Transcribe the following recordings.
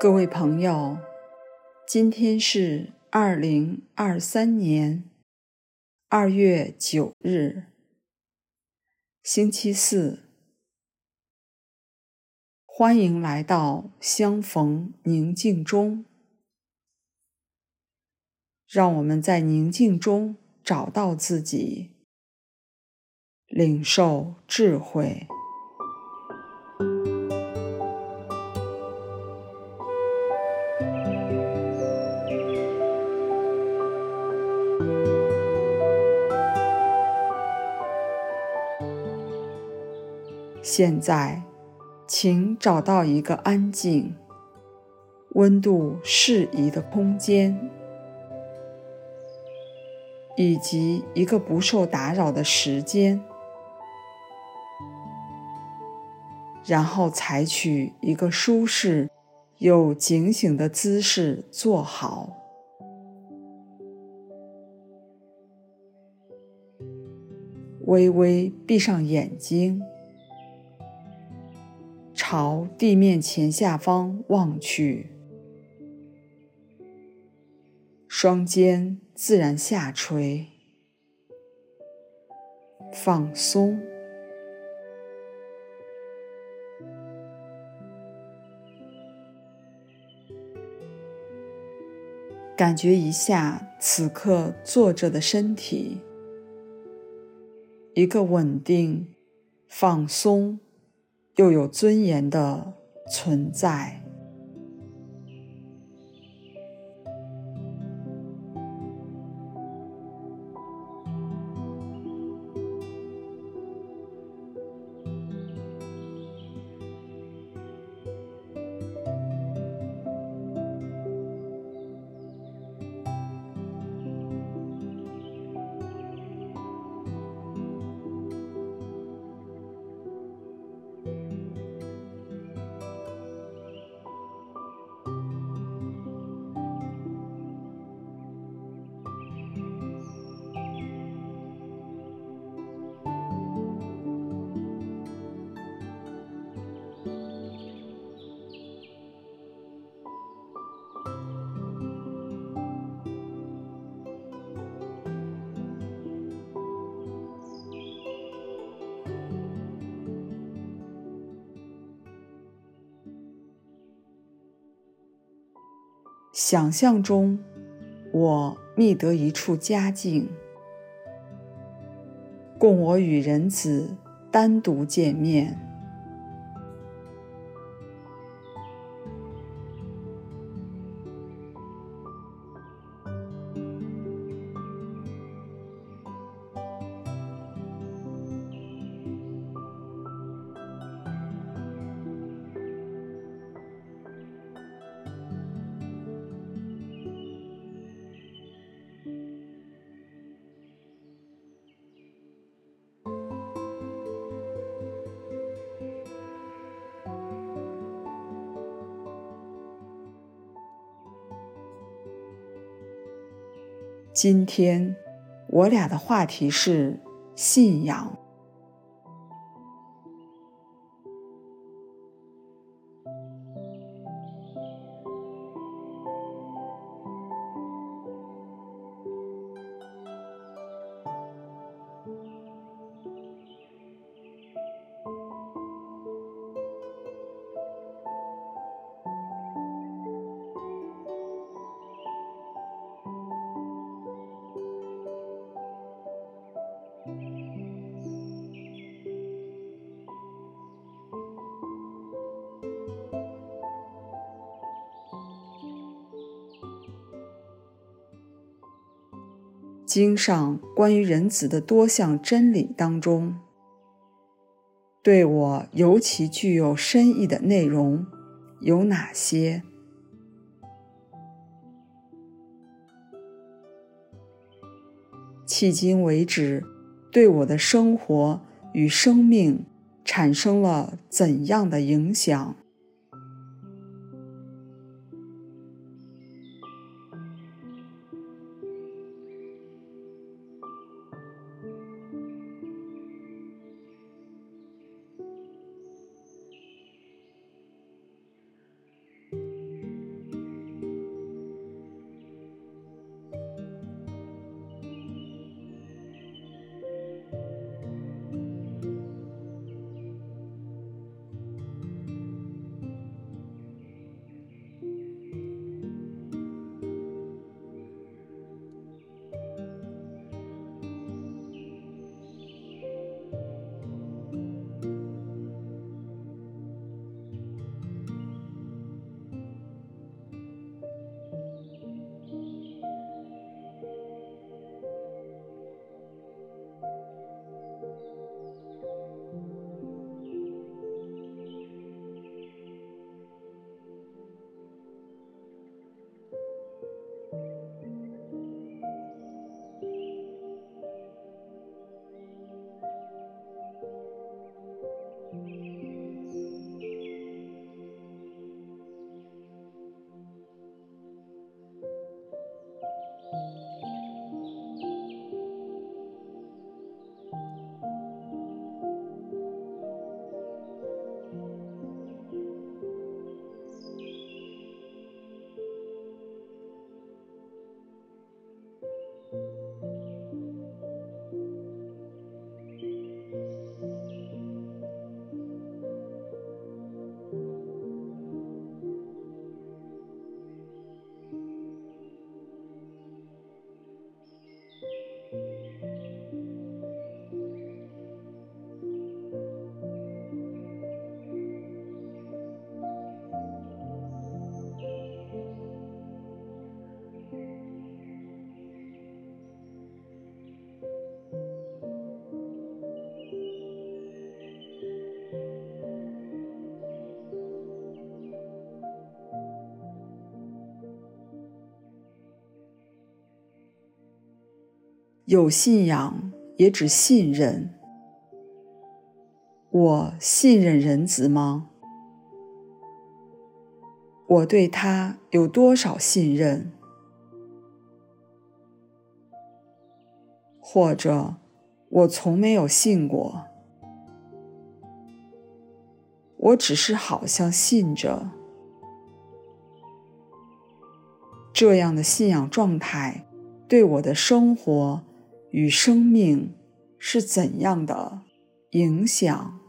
各位朋友，今天是2023年2月9日，星期四。欢迎来到相逢宁静中，让我们在宁静中找到自己，领受智慧。现在，请找到一个安静、温度适宜的空间，以及一个不受打扰的时间，然后采取一个舒适又警醒的姿势坐好。微微闭上眼睛，朝地面前下方望去，双肩自然下垂，放松。感觉一下此刻坐着的身体，一个稳定、放松又有尊严的存在。想象中，我觅得一处佳境，供我与人子单独见面。今天我俩的话题是信仰。经上关于人子的多项真理当中，对我尤其具有深意的内容有哪些？迄今为止，对我的生活与生命产生了怎样的影响？ 有信仰也只信任。我信任人子吗？我对他有多少信任？或者我从没有信过，我只是好像信着。这样的信仰状态对我的生活与生命是怎样的影响？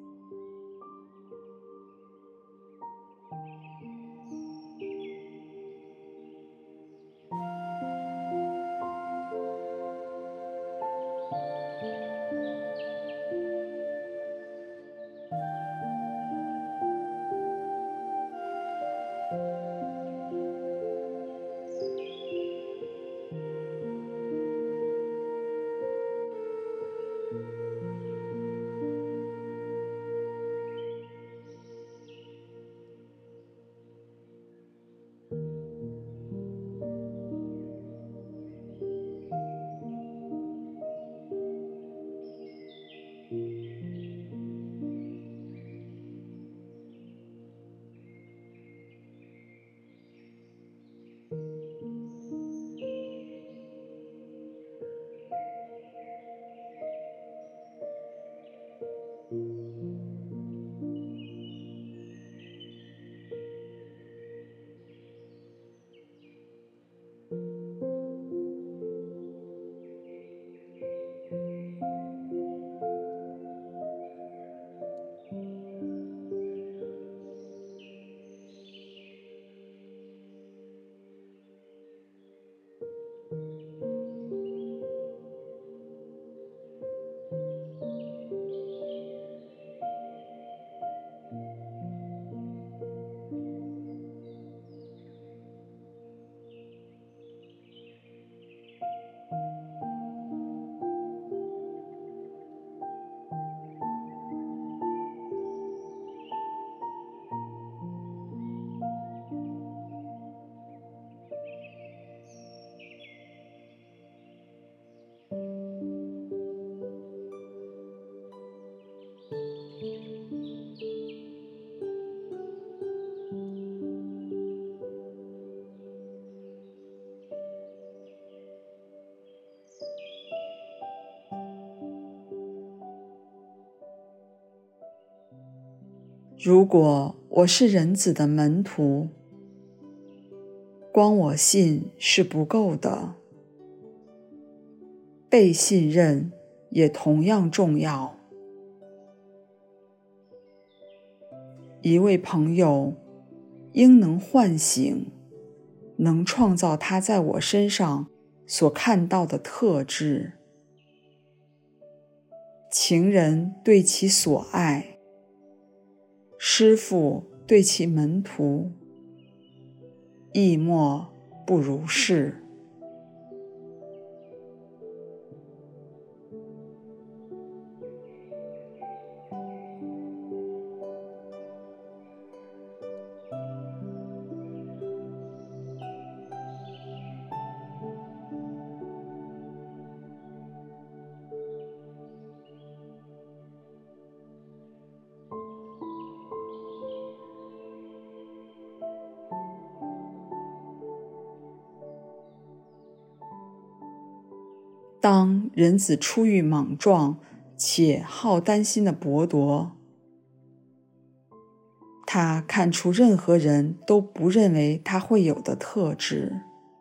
如果我是人子的门徒，光我信是不够的，被信任也同样重要。一位朋友应能唤醒，能创造他在我身上所看到的特质。情人对其所爱，师父对其门徒，亦莫不如是。当人子出于莽撞且好担心的剥夺，他看出任何人都不认为他会有的特质，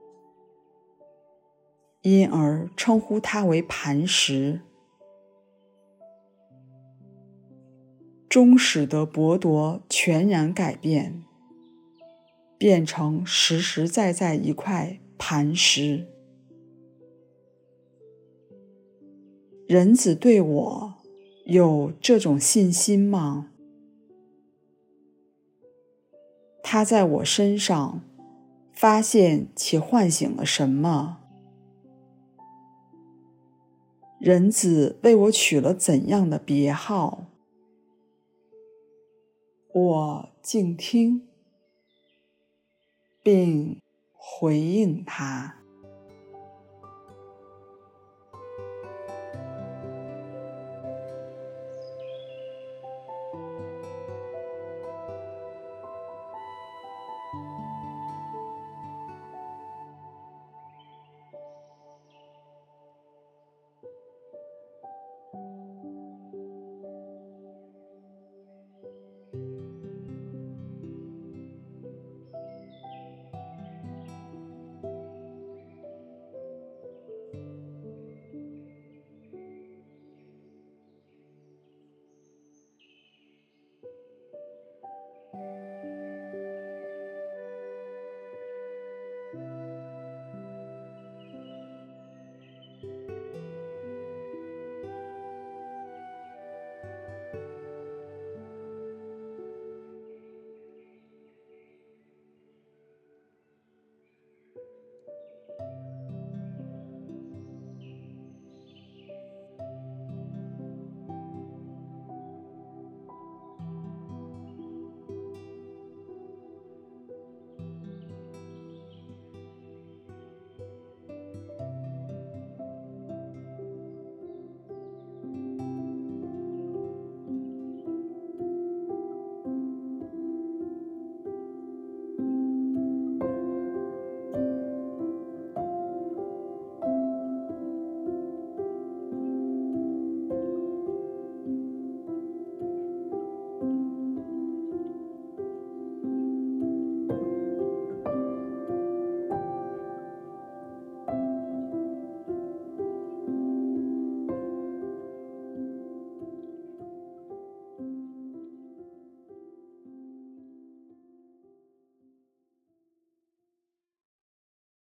因而称呼他为磐石，终使得剥夺全然改变，变成实实在在一块磐石。人子对我有这种信心吗？他在我身上发现且唤醒了什么？人子为我取了怎样的别号？我静听，并回应他。